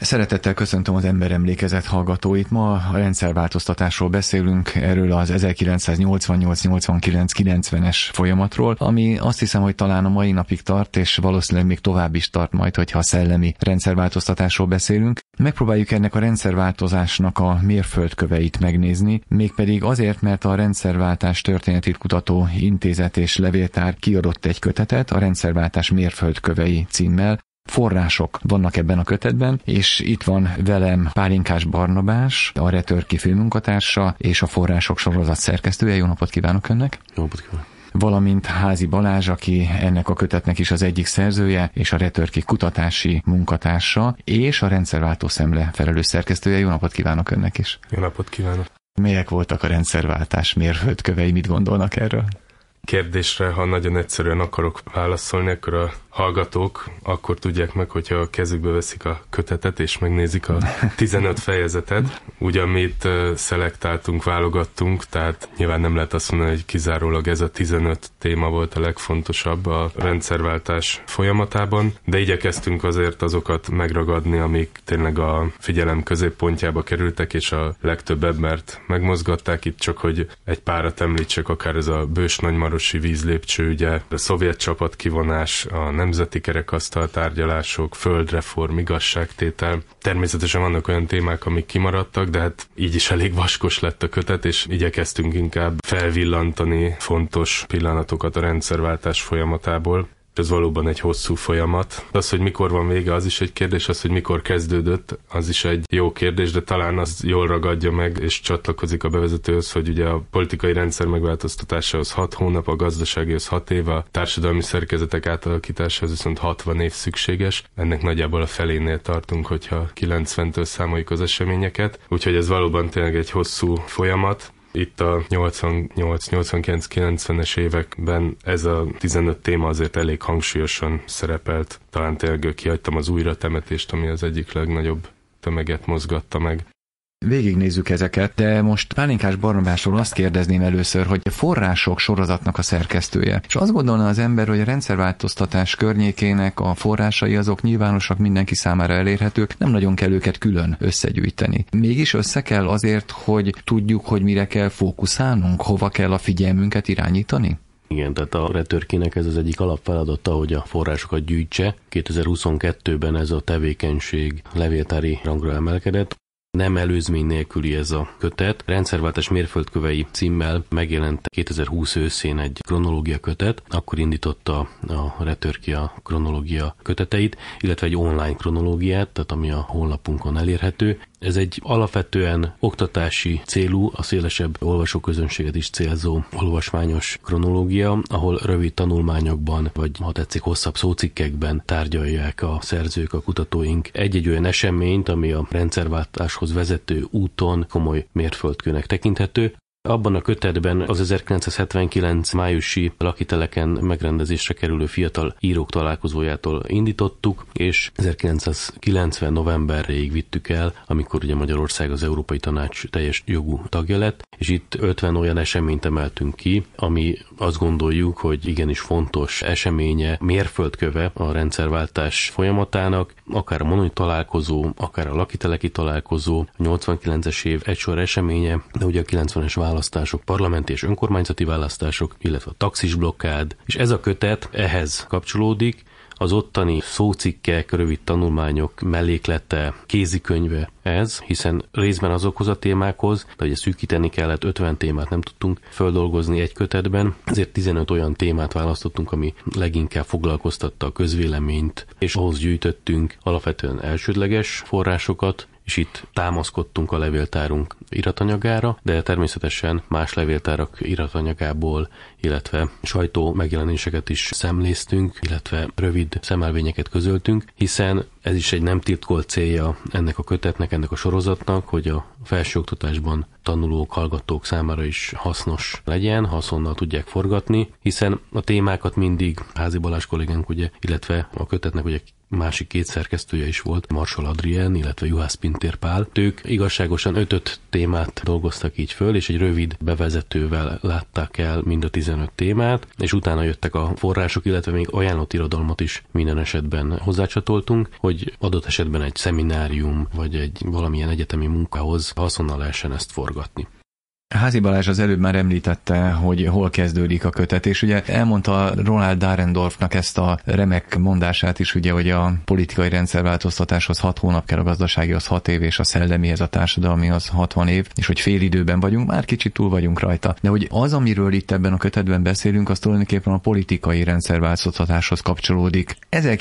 Szeretettel köszöntöm az Emberemlékezet hallgatóit. Ma a rendszerváltoztatásról beszélünk, erről az 1988-89-90-es folyamatról, ami azt hiszem, hogy talán a mai napig tart, és valószínűleg még tovább is tart majd, hogyha a szellemi rendszerváltoztatásról beszélünk. Megpróbáljuk ennek a rendszerváltozásnak a mérföldköveit megnézni, mégpedig azért, mert a Rendszerváltás Történetét Kutató Intézet és Levéltár kiadott egy kötetet a Rendszerváltás mérföldkövei címmel. Források vannak ebben a kötetben, és itt van velem Pálinkás Barnabás, a Retörki főmunkatársa és a Források sorozat szerkesztője. Jó napot kívánok önnek! Jó napot kívánok! Valamint Házi Balázs, aki ennek a kötetnek is az egyik szerzője, és a Retörki kutatási munkatársa, és a Rendszerváltó Szemle felelős szerkesztője. Jó napot kívánok önnek is! Jó napot kívánok! Melyek voltak a rendszerváltás mérföldkövei, mit gondolnak erről? Kérdésre, ha nagyon egyszerűen akarok válaszolni, akkor a hallgatók akkor tudják meg, hogyha a kezükbe veszik a kötetet, és megnézik a 15 fejezetet. Ugye, amit szelektáltunk, válogattunk, tehát nyilván nem lehet azt mondani, hogy kizárólag ez a 15 téma volt a legfontosabb a rendszerváltás folyamatában, de igyekeztünk azért azokat megragadni, amik tényleg a figyelem középpontjába kerültek, és a legtöbb embert megmozgatták. Itt csak, hogy egy párat említsek, akár ez a Bős-Nagymarosi vízlépcső, ugye a szovjet csapat kivonás, a nemzeti kerekasztal tárgyalások, földreform, igazságtétel. Természetesen vannak olyan témák, amik kimaradtak, de hát így is elég vaskos lett a kötet, és igyekeztünk inkább felvillantani fontos pillanatokat a rendszerváltás folyamatából. Ez valóban egy hosszú folyamat. Az, hogy mikor van vége, az is egy kérdés, az, hogy mikor kezdődött, az is egy jó kérdés, de talán az jól ragadja meg, és csatlakozik a bevezetőhöz, hogy ugye a politikai rendszer megváltoztatásához 6 hónap, a gazdaságihoz 6 év, a társadalmi szerkezetek átalakításához viszont 60 év szükséges. Ennek nagyjából a felénél tartunk, hogyha 90-től számoljuk az eseményeket. Úgyhogy ez valóban tényleg egy hosszú folyamat. Itt a 88-89-90-es években ez a 15 téma azért elég hangsúlyosan szerepelt. Talán tényleg kihagytam az újratemetést, ami az egyik legnagyobb tömeget mozgatta meg. Végignézzük ezeket, de most Pálinkás Barnabásról azt kérdezném először, hogy a Források sorozatnak a szerkesztője. És azt gondolna az ember, hogy a rendszerváltoztatás környékének a forrásai azok nyilvánosak, mindenki számára elérhetők, nem nagyon kell őket külön összegyűjteni. Mégis össze kell azért, hogy tudjuk, hogy mire kell fókuszálnunk, hova kell a figyelmünket irányítani? Igen, tehát a Retörkinek ez az egyik alapfeladata, hogy a forrásokat gyűjtse. 2022-ben ez a tevékenység levéltári rangra emelkedett. Nem előzmény nélküli ez a kötet. Rendszerváltás mérföldkövei címmel megjelent 2020 őszén egy kronológia kötet, akkor indította a Retörki a kronológia köteteit, illetve egy online kronológiát, tehát ami a honlapunkon elérhető. Ez egy alapvetően oktatási célú, a szélesebb olvasóközönséget is célzó olvasmányos kronológia, ahol rövid tanulmányokban, vagy ha tetszik hosszabb szócikkekben tárgyalják a szerzők, a kutatóink egy-egy olyan eseményt, ami a rendszerváltáshoz vezető úton komoly mérföldkőnek tekinthető. Abban a kötetben az 1979 májusi lakiteleken megrendezésre kerülő fiatal írók találkozójától indítottuk, és 1990 novemberéig vittük el, amikor ugye Magyarország az Európai Tanács teljes jogú tagja lett, és itt 50 olyan eseményt emeltünk ki, ami azt gondoljuk, hogy igenis fontos eseménye, mérföldköve a rendszerváltás folyamatának, akár a Mononi találkozó, akár a lakiteleki találkozó, a 89-es év egy sor eseménye, de ugye a 90-es választások, parlamenti és önkormányzati választások, illetve a taxis blokkád, és ez a kötet ehhez kapcsolódik, az ottani szócikkek, rövid tanulmányok melléklete, kézikönyve ez, hiszen részben azokhoz a témákhoz, de ugye szűkíteni kellett, 50 témát nem tudtunk földolgozni egy kötetben, ezért 15 olyan témát választottunk, ami leginkább foglalkoztatta a közvéleményt, és ahhoz gyűjtöttünk alapvetően elsődleges forrásokat, és itt támaszkodtunk a levéltárunk iratanyagára, de természetesen más levéltárak iratanyagából, illetve sajtó megjelenéseket is szemléztünk, illetve rövid szemelvényeket közöltünk, hiszen ez is egy nem titkolt célja ennek a kötetnek, ennek a sorozatnak, hogy a felsőoktatásban tanulók, hallgatók számára is hasznos legyen, haszonnal tudják forgatni, hiszen a témákat mindig Házi Balázs kollégánk, ugye, illetve a kötetnek ugye másik 2 szerkesztője is volt, Marshall Adrien, illetve Juhász Pintér Pál. Ők igazságosan 5 témát dolgoztak így föl, és egy rövid bevezetővel látták el mind a 15 témát, és utána jöttek a források, illetve még ajánlott irodalmat is minden esetben hozzácsatoltunk, hogy adott esetben egy szeminárium, vagy egy valamilyen egyetemi munkához haszonnal lehessen ezt forgatni. Házi Balázs az előbb már említette, hogy hol kezdődik a kötet, és ugye elmondta Ronald Dahrendorfnak ezt a remek mondását is, ugye, hogy a politikai rendszerváltoztatáshoz 6 hónap kell, a gazdaságihoz 6 év, és a szellemihez, a társadalmihoz 60 év, és hogy fél időben vagyunk, már kicsit túl vagyunk rajta. De hogy az, amiről itt ebben a kötetben beszélünk, az tulajdonképpen a politikai rendszerváltoztatáshoz kapcsolódik.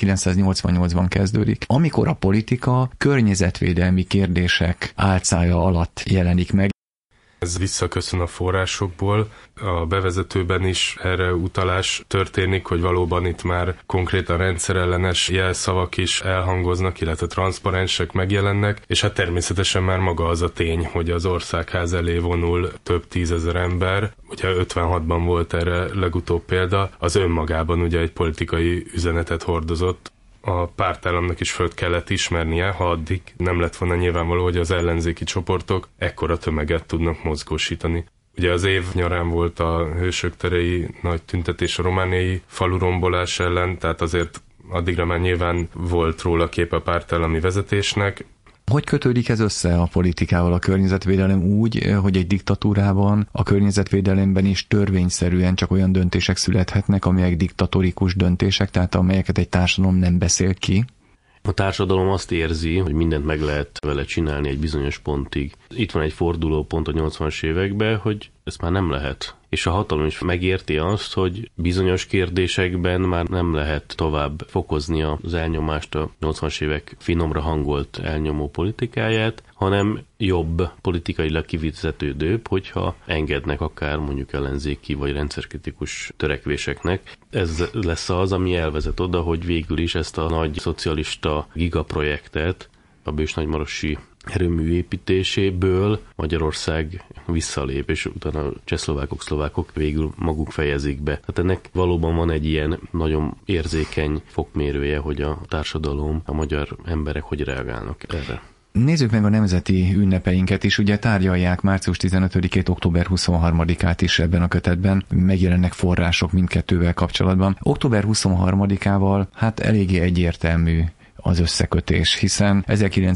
1988-ban kezdődik, amikor a politika környezetvédelmi kérdések álcája alatt jelenik meg. Ez visszaköszön a forrásokból. A bevezetőben is erre utalás történik, hogy valóban itt már konkrétan rendszerellenes jelszavak is elhangoznak, illetve transzparensek megjelennek, és hát természetesen már maga az a tény, hogy az országház elé vonul több 10 000 ember. Ugye 56-ban volt erre legutóbb példa, az önmagában ugye egy politikai üzenetet hordozott. A pártállamnak is föl kellett ismernie, ha addig nem lett volna nyilvánvaló, hogy az ellenzéki csoportok ekkora tömeget tudnak mozgósítani. Ugye az év nyarán volt a Hősök terei nagy tüntetés a romániai falurombolás ellen, tehát azért addigra már nyilván volt róla kép a pártállami vezetésnek. Hogy kötődik ez össze a politikával, a környezetvédelem úgy, hogy egy diktatúrában a környezetvédelemben is törvényszerűen csak olyan döntések születhetnek, amelyek diktatórikus döntések, tehát amelyeket egy társadalom nem beszél ki? A társadalom azt érzi, hogy mindent meg lehet vele csinálni egy bizonyos pontig. Itt van egy fordulópont a 80-as években, hogy ezt már nem lehet. És a hatalom is megérti azt, hogy bizonyos kérdésekben már nem lehet tovább fokozni az elnyomást, a 80-as évek finomra hangolt elnyomó politikáját, hanem jobb, politikailag kifizetődőbb, hogyha engednek akár mondjuk ellenzéki vagy rendszerkritikus törekvéseknek. Ez lesz az, ami elvezet oda, hogy végül is ezt a nagy szocialista gigaprojektet, a Bős-Nagymarosi erőmű építéséből Magyarország visszalép, és utána a csehszlovákok, szlovákok végül maguk fejezik be. Tehát ennek valóban van egy ilyen nagyon érzékeny fokmérője, hogy a társadalom, a magyar emberek hogy reagálnak erre. Nézzük meg a nemzeti ünnepeinket is, ugye tárgyalják március 15-ét, október 23-át is ebben a kötetben, megjelennek források mindkettővel kapcsolatban. Október 23-ával hát eléggé egyértelmű az összekötés, hiszen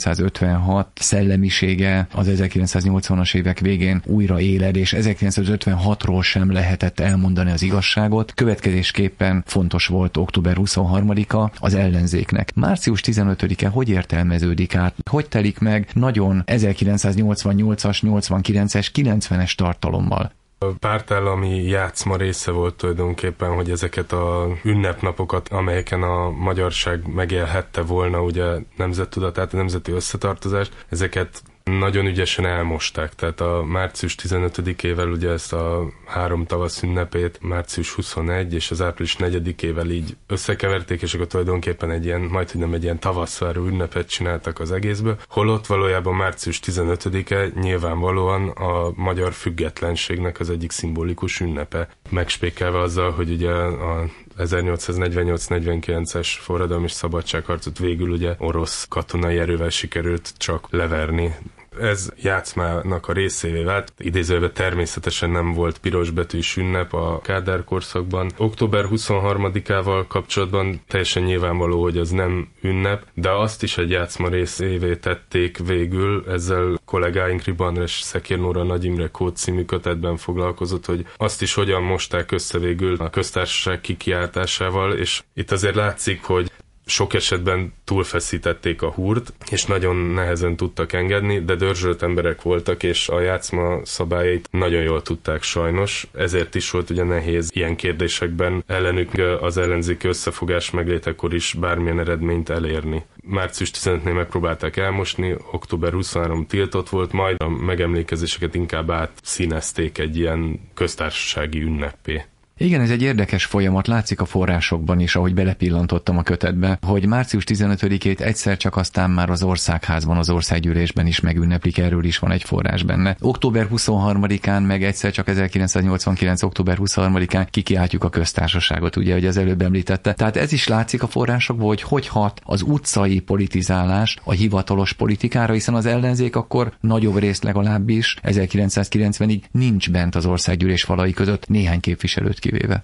1956 szellemisége az 1980-as évek végén újra éled, és 1956-ról sem lehetett elmondani az igazságot. Következésképpen fontos volt október 23-a az ellenzéknek. Március 15-e hogy értelmeződik át? Hogy telik meg nagyon 1988-as, 89-es, 90-es tartalommal? A pártállami játszma része volt tulajdonképpen, hogy ezeket a ünnepnapokat, amelyeken a magyarság megélhette volna ugye nemzettudatát, a nemzeti összetartozást, ezeket nagyon ügyesen elmosták. Tehát a március 15-ével ugye ezt a 3 tavasz ünnepét, március 21 és az április 4-ével így összekeverték, és akkor tulajdonképpen egy ilyen, majdhogy nem egy ilyen tavasszáró ünnepet csináltak az egészből. Holott valójában március 15-e nyilvánvalóan a magyar függetlenségnek az egyik szimbolikus ünnepe. Megspékelve azzal, hogy ugye a 1848-49-es forradalmi és szabadságharcot végül ugye orosz katonai erővel sikerült csak leverni. Ez játszmának a részévé vált. Idézőben természetesen nem volt pirosbetűs ünnep a Kádár korszakban. Október 23-ával kapcsolatban teljesen nyilvánvaló, hogy az nem ünnep, de azt is egy játszma részévé tették végül. Ezzel kollégáink Riba András, Szekér Nóra, Nagy Imre Kód című kötetben foglalkozott, hogy azt is hogyan mosták össze végül a köztársaság kikiáltásával, és itt azért látszik, hogy sok esetben túlfeszítették a húrt, és nagyon nehezen tudtak engedni, de dörzsölt emberek voltak, és a játszma szabályait nagyon jól tudták sajnos. Ezért is volt ugye nehéz ilyen kérdésekben ellenük az ellenzéki összefogás meglétekor is bármilyen eredményt elérni. Március 15-nél megpróbálták elmosni, október 23 tiltott volt, majd a megemlékezéseket inkább átszínezték egy ilyen köztársasági ünneppé. Igen, ez egy érdekes folyamat, látszik a forrásokban is, ahogy belepillantottam a kötetbe, hogy március 15-ét egyszer csak aztán már az Országházban, az Országgyűlésben is megünneplik, erről is van egy forrás benne. Október 23-án meg egyszer csak 1989. október 23-án kikiáltjuk a köztársaságot, ugye, hogy az előbb említette. Tehát ez is látszik a forrásokból, hogy hat az utcai politizálás a hivatalos politikára, hiszen az ellenzék akkor nagyobb részt legalábbis 1990-ig nincs bent az Országgyűlés falai között, néhány képviselőt kivéve.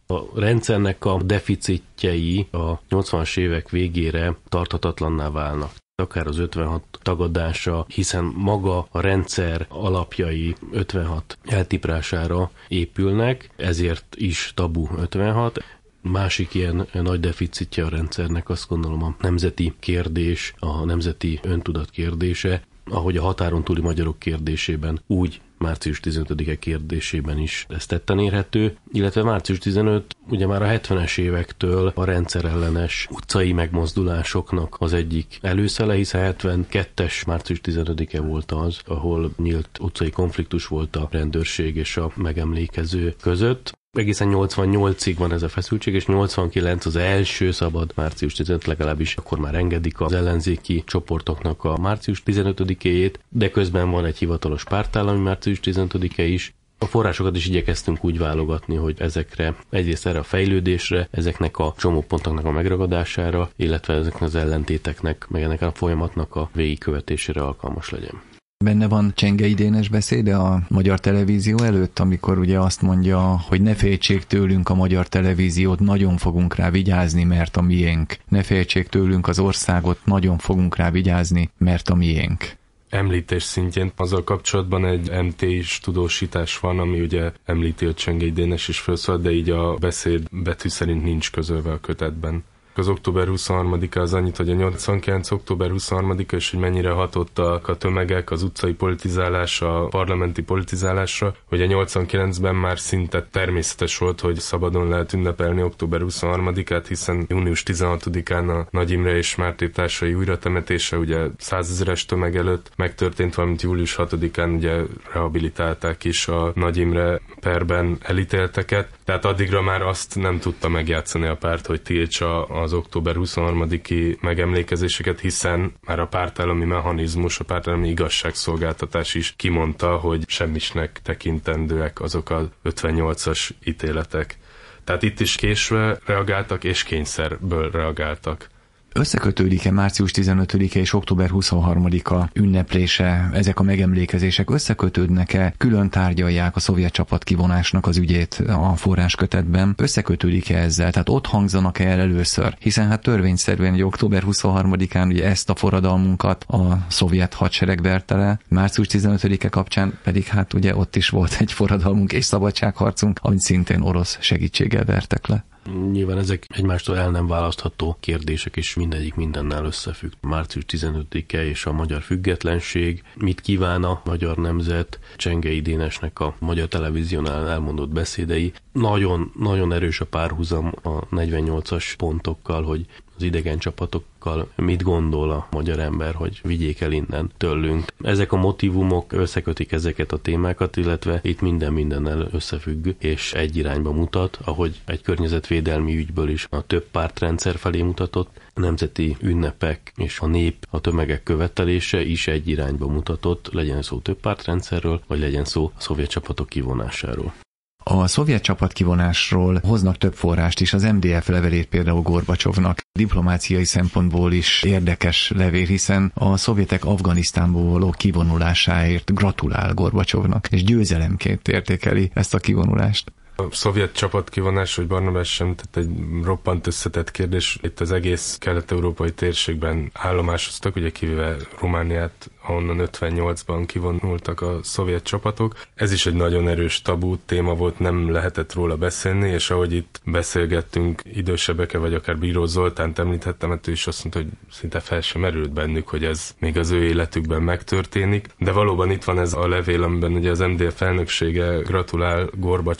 A rendszernek a deficitjei a 80-as évek végére tarthatatlanná válnak. Akár az 56 tagadása, hiszen maga a rendszer alapjai 56 eltiprására épülnek, ezért is tabu 56. Másik ilyen nagy deficitje a rendszernek, azt gondolom, a nemzeti kérdés, a nemzeti öntudat kérdése, ahogy a határon túli magyarok kérdésében, úgy március 15-e kérdésében is ez tetten érhető, illetve március 15 ugye már a 70-es évektől a rendszerellenes utcai megmozdulásoknak az egyik előszele, hiszen 72-es március 15-e volt az, ahol nyílt utcai konfliktus volt a rendőrség és a megemlékező között. Egészen 88-ig van ez a feszültség, és 89 az első szabad március 15, legalábbis akkor már engedik az ellenzéki csoportoknak a március 15-éjét, de közben van egy hivatalos pártállami március 15-e is. A forrásokat is igyekeztünk úgy válogatni, hogy ezekre, egyrészt erre a fejlődésre, ezeknek a csomópontoknak a megragadására, illetve ezeknek az ellentéteknek, meg ennek a folyamatnak a végigkövetésére alkalmas legyen. Benne van Csengei Dénes beszéde a Magyar Televízió előtt, amikor ugye azt mondja, hogy ne féltsék tőlünk a Magyar Televíziót, nagyon fogunk rá vigyázni, mert a miénk. Ne féltsék tőlünk az országot, nagyon fogunk rá vigyázni, mert a miénk. Említés szintjén azzal kapcsolatban egy MT-s tudósítás van, ami ugye említi, hogy Csengei Dénes is felszólalt, de így a beszéd betű szerint nincs közölve a kötetben. Az október 23-a az annyit, hogy a 89. október 23-a és hogy mennyire hatottak a tömegek, az utcai politizálás, a parlamenti politizálásra, hogy a 89-ben már szinte természetes volt, hogy szabadon lehet ünnepelni október 23-át, hiszen június 16-án a Nagy Imre és Máté társai újratemetése ugye 100 000-es tömeg előtt megtörtént, valamint július 6-án ugye rehabilitálták is a Nagy Imre perben elítélteket, tehát addigra már azt nem tudta megjátszani a párt, hogy tiltsa az október 23-i megemlékezéseket, hiszen már a pártállami mechanizmus, a pártállami igazságszolgáltatás is kimondta, hogy semmisnek tekintendőek azok az 58-as ítéletek. Tehát itt is késve reagáltak, és kényszerből reagáltak. Összekötődik-e március 15-e és október 23-a ünneplése, ezek a megemlékezések összekötődnek-e, külön tárgyalják a szovjet csapat kivonásnak az ügyét a forráskötetben, összekötődik-e ezzel, tehát ott hangzanak-e el először, hiszen hát törvényszerűen, hogy október 23-án ugye ezt a forradalmunkat a szovjet hadsereg verte le, március 15-e kapcsán pedig hát ugye ott is volt egy forradalmunk és szabadságharcunk, amit szintén orosz segítséggel vertek le. Nyilván ezek egymástól el nem választható kérdések, és mindegyik mindennel összefügg. Március 15-e és a magyar függetlenség, mit kíván a magyar nemzet, Csengei Dénesnek a Magyar Televíziónál elmondott beszédei. Nagyon erős a párhuzam a 48-as pontokkal, hogy az idegen csapatokkal mit gondol a magyar ember, hogy vigyék el innen tőlünk. Ezek a motívumok összekötik ezeket a témákat, illetve itt mindennel összefügg, és egy irányba mutat, ahogy egy környezetvédelmi ügyből is a több pártrendszer felé mutatott, a nemzeti ünnepek és a nép, a tömegek követelése is egy irányba mutatott, legyen szó több pártrendszerről, vagy legyen szó a szovjet csapatok kivonásáról. A szovjet csapatkivonásról hoznak több forrást is, az MDF levelét például Gorbacsovnak. Diplomáciai szempontból is érdekes levél, hiszen a szovjetek Afganisztánból való kivonulásáért gratulál Gorbacsovnak, és győzelemként értékeli ezt a kivonulást. A szovjet csapatkivonás, hogy Barnabás sem tett egy roppant összetett kérdés. Itt az egész kelet-európai térségben állomásoztak, ugye kivéve Romániát, ahonnan 58-ban kivonultak a szovjet csapatok. Ez is egy nagyon erős tabú téma volt, nem lehetett róla beszélni, és ahogy itt beszélgettünk idősebbekkel, vagy akár Bíró Zoltánt említhettem, ő is azt mondta, hogy szinte fel sem merült bennük, hogy ez még az ő életükben megtörténik. De valóban itt van ez a levél, amiben ugye az MDF elnöksége gratulál Gorbacsovnak,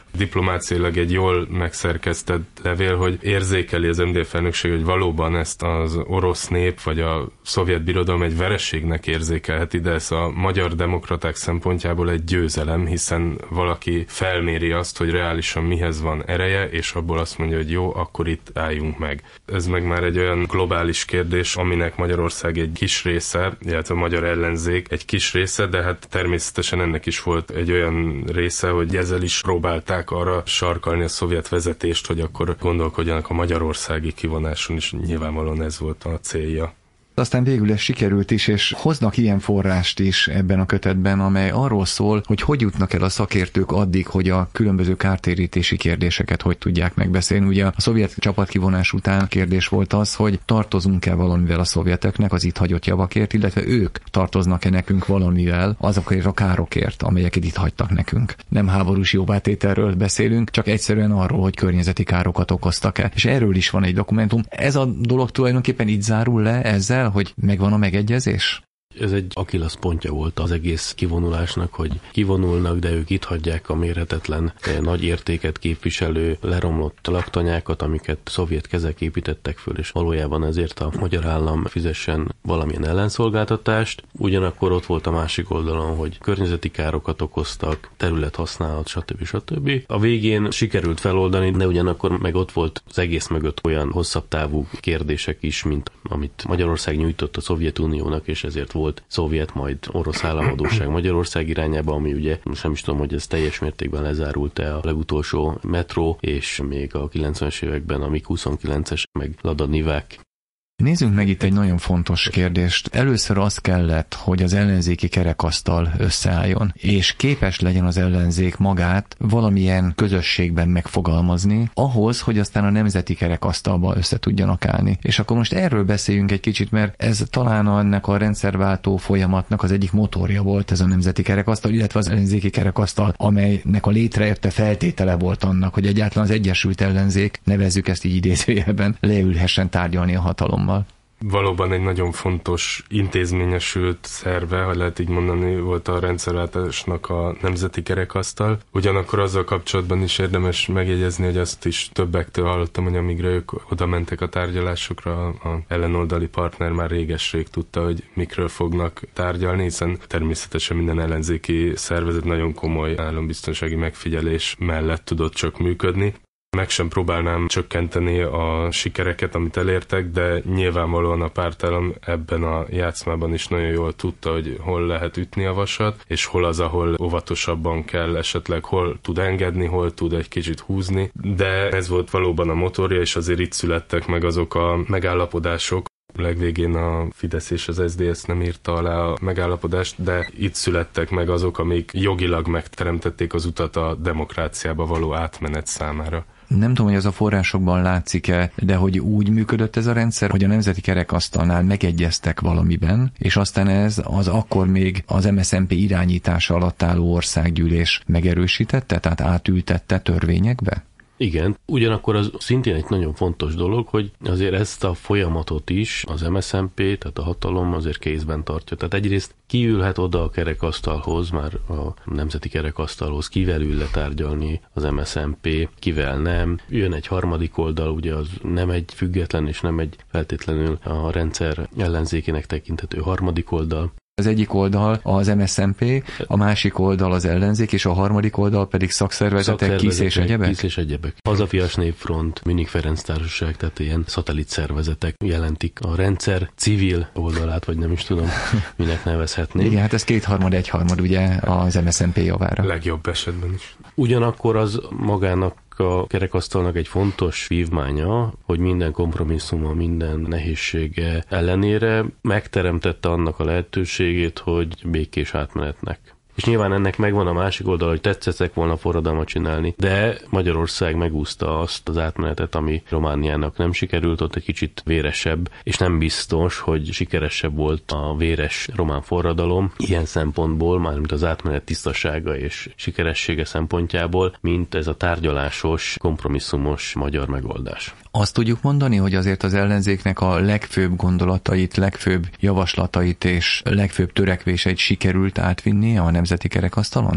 diplomáciailag egy jól megszerkesztett levél, hogy érzékeli az MDF elnökség, hogy valóban ezt az orosz nép vagy a szovjet birodalom egy vereségnek érzékelheti, de ez a magyar demokraták szempontjából egy győzelem, hiszen valaki felméri azt, hogy reálisan mihez van ereje, és abból azt mondja, hogy jó, akkor itt álljunk meg. Ez meg már egy olyan globális kérdés, aminek Magyarország egy kis része, illetve a magyar ellenzék egy kis része, de hát természetesen ennek is volt egy olyan része, hogy ezzel is próbálták arra sarkalni a szovjet vezetést, hogy akkor gondolkodjanak a magyarországi kivonáson is, nyilvánvalóan ez volt a célja. Aztán végül ez sikerült is, és hoznak ilyen forrást is ebben a kötetben, amely arról szól, hogy jutnak el a szakértők addig, hogy a különböző kártérítési kérdéseket hogy tudják megbeszélni. Ugye a szovjet csapatkivonás után kérdés volt az, hogy tartozunk-e valamivel a szovjeteknek az itt hagyott javakért, illetve ők tartoznak-e nekünk valamivel azokért a károkért, amelyeket itt hagytak nekünk. Nem háborús jóvátételről beszélünk, csak egyszerűen arról, hogy környezeti károkat okoztak-e. És erről is van egy dokumentum. Ez a dolog tulajdonképpen így zárul le ezzel, hogy megvan a megegyezés? Ez egy Achilles pontja volt az egész kivonulásnak, hogy kivonulnak, de ők itt hagyják a mérhetetlen nagy értéket képviselő leromlott laktanyákat, amiket szovjet kezek építettek föl, és valójában ezért a magyar állam fizessen valamilyen ellenszolgáltatást. Ugyanakkor ott volt a másik oldalon, hogy környezeti károkat okoztak, területhasználat, stb. A végén sikerült feloldani, de ugyanakkor meg ott volt az egész mögött olyan hosszabb távú kérdések is, mint amit Magyarország nyújtott a Szovjetuniónak, és ezért volt szovjet, majd orosz államadósság Magyarország irányába, ami ugye, most nem is tudom, hogy ez teljes mértékben lezárult-e, a legutolsó metró, és még a 90-es években a MiG-29-es, meg Lada Nivák. Nézzünk meg itt egy nagyon fontos kérdést. Először az kellett, hogy az ellenzéki kerekasztal összeálljon, és képes legyen az ellenzék magát valamilyen közösségben megfogalmazni, ahhoz, hogy aztán a nemzeti kerekasztalba össze tudjanak állni. És akkor most erről beszéljünk egy kicsit, mert ez talán ennek a rendszerváltó folyamatnak az egyik motorja volt, ez a nemzeti kerekasztal, illetve az ellenzéki kerekasztal, amelynek a létrejötte feltétele volt annak, hogy egyáltalán az Egyesült Ellenzék, nevezzük ezt így idézőjelben, leülhessen tárgyalni a hatalommal. Valóban egy nagyon fontos intézményesült szerve, ha lehet így mondani, volt a rendszerváltásnak a nemzeti kerekasztal. Ugyanakkor azzal kapcsolatban is érdemes megjegyezni, hogy azt is többektől hallottam, hogy amíg ők oda mentek a tárgyalásokra, a ellenoldali partner már réges-rég tudta, hogy mikről fognak tárgyalni, hiszen természetesen minden ellenzéki szervezet nagyon komoly állambiztonsági megfigyelés mellett tudott csak működni. Meg sem próbálnám csökkenteni a sikereket, amit elértek, de nyilvánvalóan a pártállam ebben a játszmában is nagyon jól tudta, hogy hol lehet ütni a vasat, és hol az, ahol óvatosabban kell esetleg, hol tud engedni, hol tud egy kicsit húzni, de ez volt valóban a motorja, és azért itt születtek meg azok a megállapodások. Legvégén a Fidesz és az SZDSZ nem írta alá a megállapodást, de itt születtek meg azok, amik jogilag megteremtették az utat a demokráciába való átmenet számára. Nem tudom, hogy az a forrásokban látszik-e, de hogy úgy működött ez a rendszer, hogy a nemzeti kerekasztalnál megegyeztek valamiben, és aztán ez az akkor még az MSZNP irányítása alatt álló országgyűlés megerősítette, tehát átültette törvényekbe? Igen, ugyanakkor az szintén egy nagyon fontos dolog, hogy azért ezt a folyamatot is az MSZNP, tehát a hatalom azért kézben tartja. Tehát egyrészt kiülhet oda a kerekasztalhoz, már a nemzeti kerekasztalhoz, kivel ül letárgyalni az MSZNP, kivel nem. Jön egy harmadik oldal, ugye az nem egy független és nem egy feltétlenül a rendszer ellenzékének tekinthető harmadik oldal. Az egyik oldal az MSZNP, a másik oldal az ellenzék, és a harmadik oldal pedig szakszervezetek, KISZ és egyebek? KISZ és egyebek. Hazafias Népfront, Münich Ferenc Társaság, tehát ilyen szatellit szervezetek jelentik a rendszer civil oldalát, vagy nem is tudom, minek nevezhetnék. Igen, hát ez 2/3, 1/3 ugye az MSZNP javára. Legjobb esetben is. Ugyanakkor az magának a kerekasztalnak egy fontos vívmánya, hogy minden kompromisszuma, minden nehézsége ellenére megteremtette annak a lehetőségét, hogy békés átmenetnek. És nyilván ennek megvan a másik oldal, hogy tetszettek volna forradalmat csinálni, de Magyarország megúszta azt az átmenetet, ami Romániának nem sikerült, ott egy kicsit véresebb, és nem biztos, hogy sikeresebb volt a véres román forradalom ilyen szempontból, mármint az átmenet tisztasága és sikeressége szempontjából, mint ez a tárgyalásos, kompromisszumos magyar megoldás. Azt tudjuk mondani, hogy azért az ellenzéknek a legfőbb gondolatait, legfőbb javaslatait és legfőbb törekvéseit sikerült átvinni a nemzeti kerekasztalon?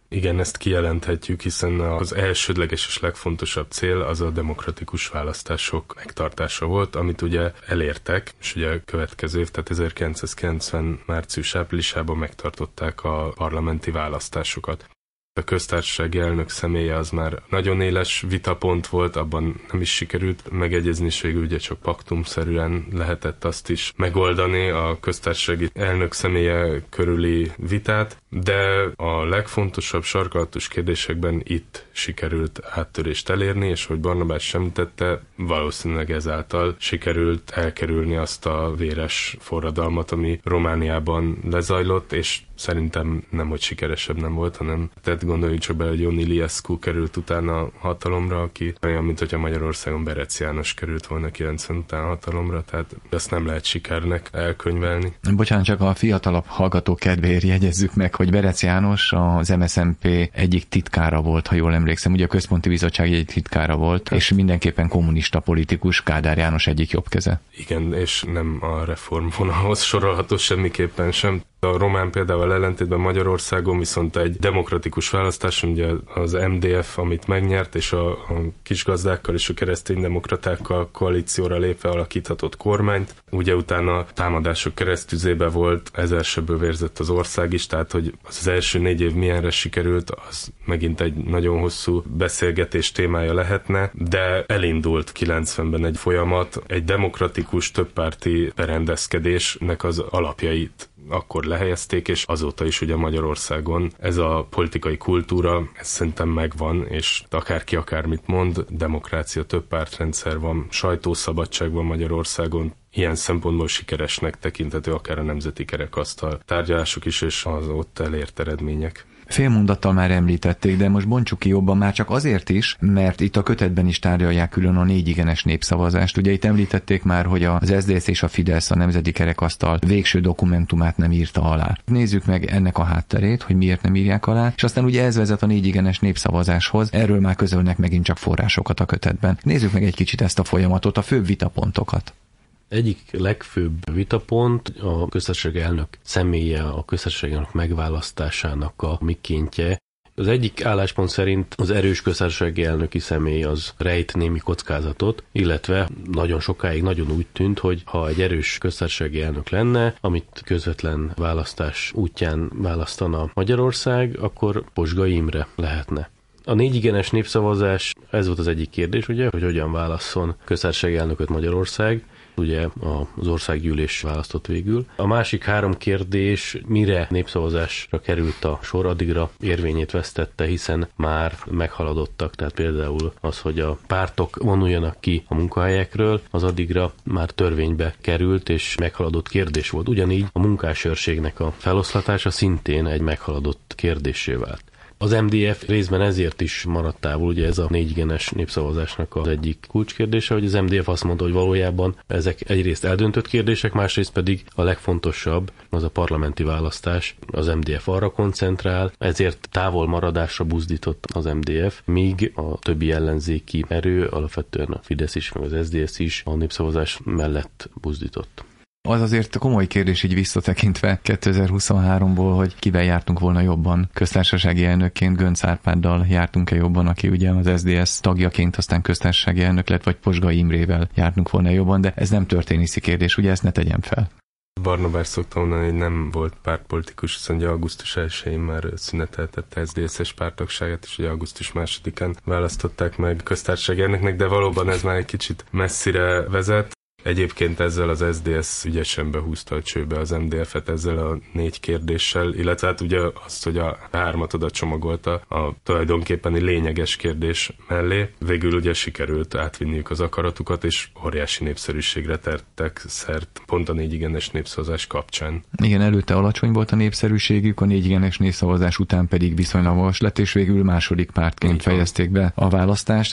Igen, ezt kijelenthetjük, hiszen az elsődleges és legfontosabb cél az a demokratikus választások megtartása volt, amit ugye elértek, és ugye a következő év, tehát 1990. március-áprilisában megtartották a parlamenti választásokat. A köztársasági elnök személye az már nagyon éles vitapont volt, abban nem is sikerült megegyezni, és végül ugye csak paktumszerűen lehetett azt is megoldani a köztársasági elnök személye körüli vitát, de a legfontosabb sarkalatos kérdésekben itt sikerült áttörést elérni, és hogy Barnabás sem tette, valószínűleg ezáltal sikerült elkerülni azt a véres forradalmat, ami Romániában lezajlott, és szerintem nem, hogy sikeresebb nem volt, hanem tehát gondoljuk csak bele, hogy Ion Iliescu került utána hatalomra, aki olyan, mint hogyha Magyarországon Berec János került volna 90 után hatalomra, tehát ezt nem lehet sikernek elkönyvelni. Bocsánat, csak a fiatalabb hallgatók kedvéért jegyezzük meg, hogy Berec János az MSZNP egyik titkára volt, ha jól emlékszem, ugye a Központi Bizottság egyik titkára volt, és mindenképpen kommunista politikus, Kádár János egyik jobbkeze. Igen, és nem a reformvonalhoz sorolható semmiképpen sem. A román példával ellentétben Magyarországon viszont egy demokratikus választáson, ugye az MDF, amit megnyert, és a kisgazdákkal és a kereszténydemokratákkal koalícióra lépve alakíthatott kormányt. Ugye utána támadások keresztüzébe volt, ezerseből vérzett az ország is, tehát hogy az első 4 év milyenre sikerült, az megint egy nagyon hosszú beszélgetés témája lehetne, de elindult 90-ben egy folyamat, egy demokratikus többpárti berendezkedésnek az alapjait akkor lehelyezték, és azóta is ugye Magyarországon ez a politikai kultúra, ez szerintem megvan, és akárki akármit mond, demokrácia, többpártrendszer van, sajtószabadság van Magyarországon, ilyen szempontból sikeresnek tekinthető akár a nemzeti kerekasztal tárgyalások is, és az ott elért eredmények. Félmondattal már említették, de most bontsuk ki jobban már csak azért is, mert itt a kötetben is tárgyalják külön a 4 igenes népszavazást. Ugye itt említették már, hogy az SZDSZ és a Fidesz a nemzeti kerekasztal végső dokumentumát nem írta alá. Nézzük meg ennek a hátterét, hogy miért nem írják alá, és aztán ugye ez vezet a 4 igenes népszavazáshoz, erről már közölnek megint csak forrásokat a kötetben. Nézzük meg egy kicsit ezt a folyamatot, a főbb vitapontokat. Egyik legfőbb vitapont a köztársasági elnök személye, a köztársasági elnök megválasztásának a mikéntje. Az egyik álláspont szerint az erős köztársasági elnöki személy az rejt némi kockázatot, illetve nagyon sokáig nagyon úgy tűnt, hogy ha egy erős köztársasági elnök lenne, amit közvetlen választás útján választana Magyarország, akkor Posgai Imre lehetne. A 4 igenes népszavazás, ez volt az egyik kérdés, ugye, hogy hogyan válasszon köztársasági elnököt Magyarország. Ugye az országgyűlés választott végül. A másik 3 kérdés, mire népszavazásra került a sor, addigra érvényét vesztette, hiszen már meghaladottak, tehát például az, hogy a pártok vonuljanak ki a munkahelyekről, az addigra már törvénybe került, és meghaladott kérdés volt. Ugyanígy a munkásőrségnek a feloszlatása szintén egy meghaladott kérdéssé vált. Az MDF részben ezért is maradt távol, ugye ez a 4 igenes népszavazásnak az egyik kulcskérdése, hogy az MDF azt mondta, hogy valójában ezek egyrészt eldöntött kérdések, másrészt pedig a legfontosabb az a parlamenti választás. Az MDF arra koncentrál, ezért távol maradásra buzdított az MDF, míg a többi ellenzéki erő, alapvetően a Fidesz is, meg az SZDSZ is a népszavazás mellett buzdított. Az azért komoly kérdés így visszatekintve 2023-ból, hogy kivel jártunk volna jobban. Köztársasági elnökként Göncz Árpáddal jártunk-e jobban, aki ugye az SZDSZ tagjaként aztán köztársasági elnök lett, vagy Posgai Imrével jártunk volna jobban, de ez nem történiszi kérdés, ugye ezt ne tegyem fel. Barnabás szokta mondani, hogy nem volt pártpolitikus, hiszen ugye augusztus 1-én már szüneteltette SZDSZ-es párttagságát, és ugye augusztus 2-án választották meg köztársasági elnöknek, de valóban ez már egy kicsit messzire vezet. Egyébként ezzel az SZDSZ ügyesen behúzta a csőbe az MDF-et ezzel a 4 kérdéssel, illetve hát ugye azt, hogy a 3-at oda csomagolta a tulajdonképpeni lényeges kérdés mellé. Végül ugye sikerült átvinniük az akaratukat, és óriási népszerűségre tettek szert pont a 4 igenes népszavazás kapcsán. Igen, előtte alacsony volt a népszerűségük, a 4 igenes népszavazás után pedig viszonylag magas lett, és végül második pártként fejezték be a választást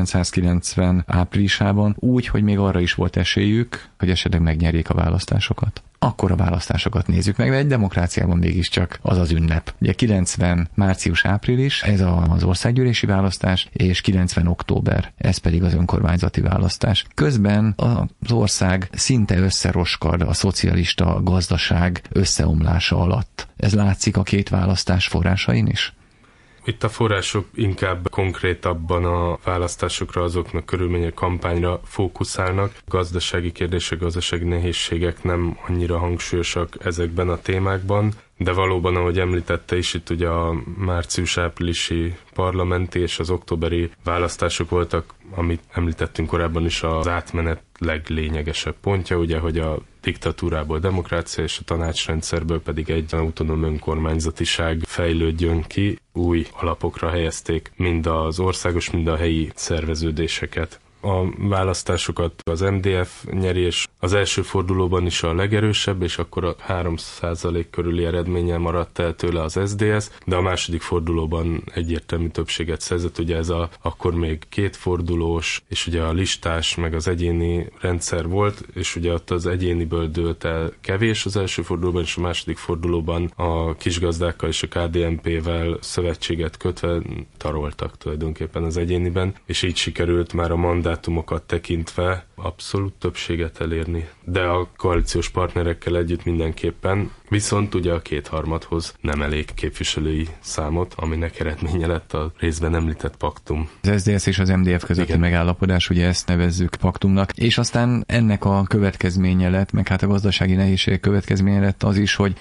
1990 áprilisában, úgy, hogy még arra is volt esélyük, hogy esetleg megnyerjék a választásokat. Akkor a választásokat nézzük meg, mert egy demokráciában mégiscsak az az ünnep. Ugye 90 március-április, ez az országgyűlési választás, és 90 október, ez pedig az önkormányzati választás. Közben az ország szinte összeroskad a szocialista gazdaság összeomlása alatt. Ez látszik a 2 választás forrásain is? Itt a források inkább konkrétabban a választásokra, azoknak körülmények, kampányra fókuszálnak. Gazdasági kérdések, gazdasági nehézségek nem annyira hangsúlyosak ezekben a témákban, de valóban, ahogy említette is, itt ugye a március-áprilisi parlamenti és az októberi választások voltak, amit említettünk korábban is, az átmenet leglényegesebb pontja, ugye, hogy a diktatúrából demokrácia és a tanácsrendszerből pedig egy autonóm önkormányzatiság fejlődjön ki. Új alapokra helyezték mind az országos, mind a helyi szerveződéseket. A választásokat az MDF nyeri, és az első fordulóban is a legerősebb, és akkor a 3% körüli eredménnyel maradt el tőle az SZDSZ, de a második fordulóban egyértelmű többséget szerzett, ugye ez akkor még 2 fordulós, és ugye a listás, meg az egyéni rendszer volt, és ugye ott az egyéniből dőlt el kevés az első fordulóban, és a második fordulóban a kisgazdákkal és a KDNP-vel szövetséget kötve taroltak tulajdonképpen az egyéniben, és így sikerült már a mandátumokat tekintve abszolút többséget elérni. De a koalíciós partnerekkel együtt mindenképpen, viszont ugye a 2/3 nem elég képviselői számot, aminek eredménye lett a részben említett paktum. Az SZDSZ és az MDF közötti megállapodás, ugye ezt nevezzük paktumnak, és aztán ennek a következménye lett, meg hát a gazdasági nehézség következménye lett az is, hogy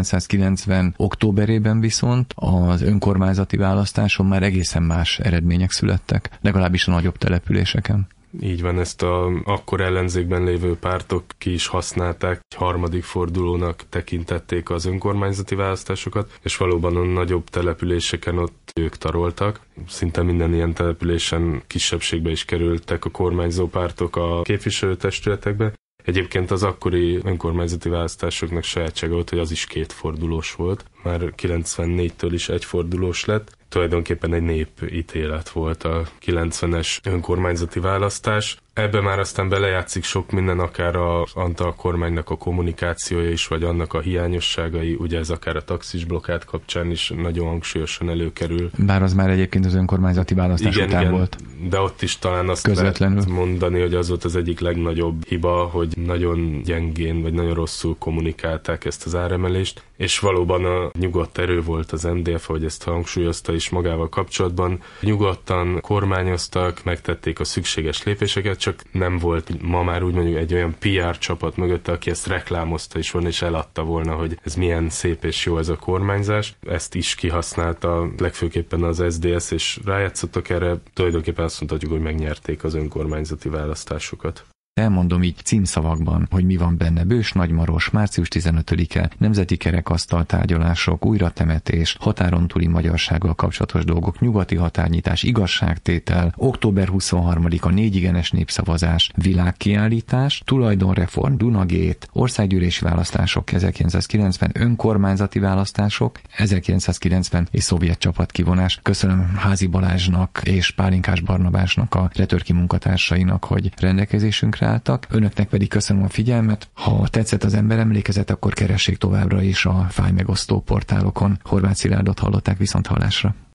1990 októberében viszont az önkormányzati választáson már egészen más eredmények születtek, legalábbis a nagyobb településeken. Így van, ezt akkor ellenzékben lévő pártok ki is használták, egy harmadik fordulónak tekintették az önkormányzati választásokat, és valóban a nagyobb településeken ott ők taroltak. Szinte minden ilyen településen kisebbségbe is kerültek a kormányzó pártok a képviselőtestületekbe. Egyébként az akkori önkormányzati választásoknak sajátsága volt, hogy az is 2 fordulós volt. Már 94-től is 1 fordulós lett. Tulajdonképpen egy népítélet volt a 90-es önkormányzati választás. Ebbe már aztán belejátszik sok minden, akár az Antal kormánynak a kommunikációja is, vagy annak a hiányosságai, ugye ez akár a taxis blokkád kapcsán is nagyon hangsúlyosan előkerül. Bár az már egyébként az önkormányzati választás után volt. De ott is talán azt lehet mondani, hogy az volt az egyik legnagyobb hiba, hogy nagyon gyengén, vagy nagyon rosszul kommunikálták ezt az áremelést, és valóban a nyugodt erő volt az MDF, ahogy ezt hangsúlyozta is magával kapcsolatban. Nyugodtan kormányoztak, megtették a szükséges lépéseket, csak nem volt ma már úgy mondjuk egy olyan PR csapat mögötte, aki ezt reklámozta is volna, és eladta volna, hogy ez milyen szép és jó ez a kormányzás. Ezt is kihasználta legfőképpen az SZDSZ, és rájátszottak erre. Tulajdonképpen azt mondhatjuk, hogy megnyerték az önkormányzati választásokat. Elmondom így címszavakban, hogy mi van benne. Bős Nagymaros, március 15-e, nemzeti kerekasztal tárgyalások, újratemetés, határon túli magyarsággal kapcsolatos dolgok, nyugati határnyitás, igazságtétel, október 23-a 4 igenes népszavazás, világkiállítás, tulajdonreform, Dunagét, országgyűlési választások 1990, önkormányzati választások 1990 és szovjet csapatkivonás. Köszönöm Házi Balázsnak és Pálinkás Barnabásnak, a Retörki munkatársainak, hogy rendelkezésünkre álltak. Önöknek pedig köszönöm a figyelmet. Ha tetszett az Emberemlékezet, akkor keressék továbbra is a fájmegosztó portálokon. Horváth Szilárdot hallották, viszonthallásra.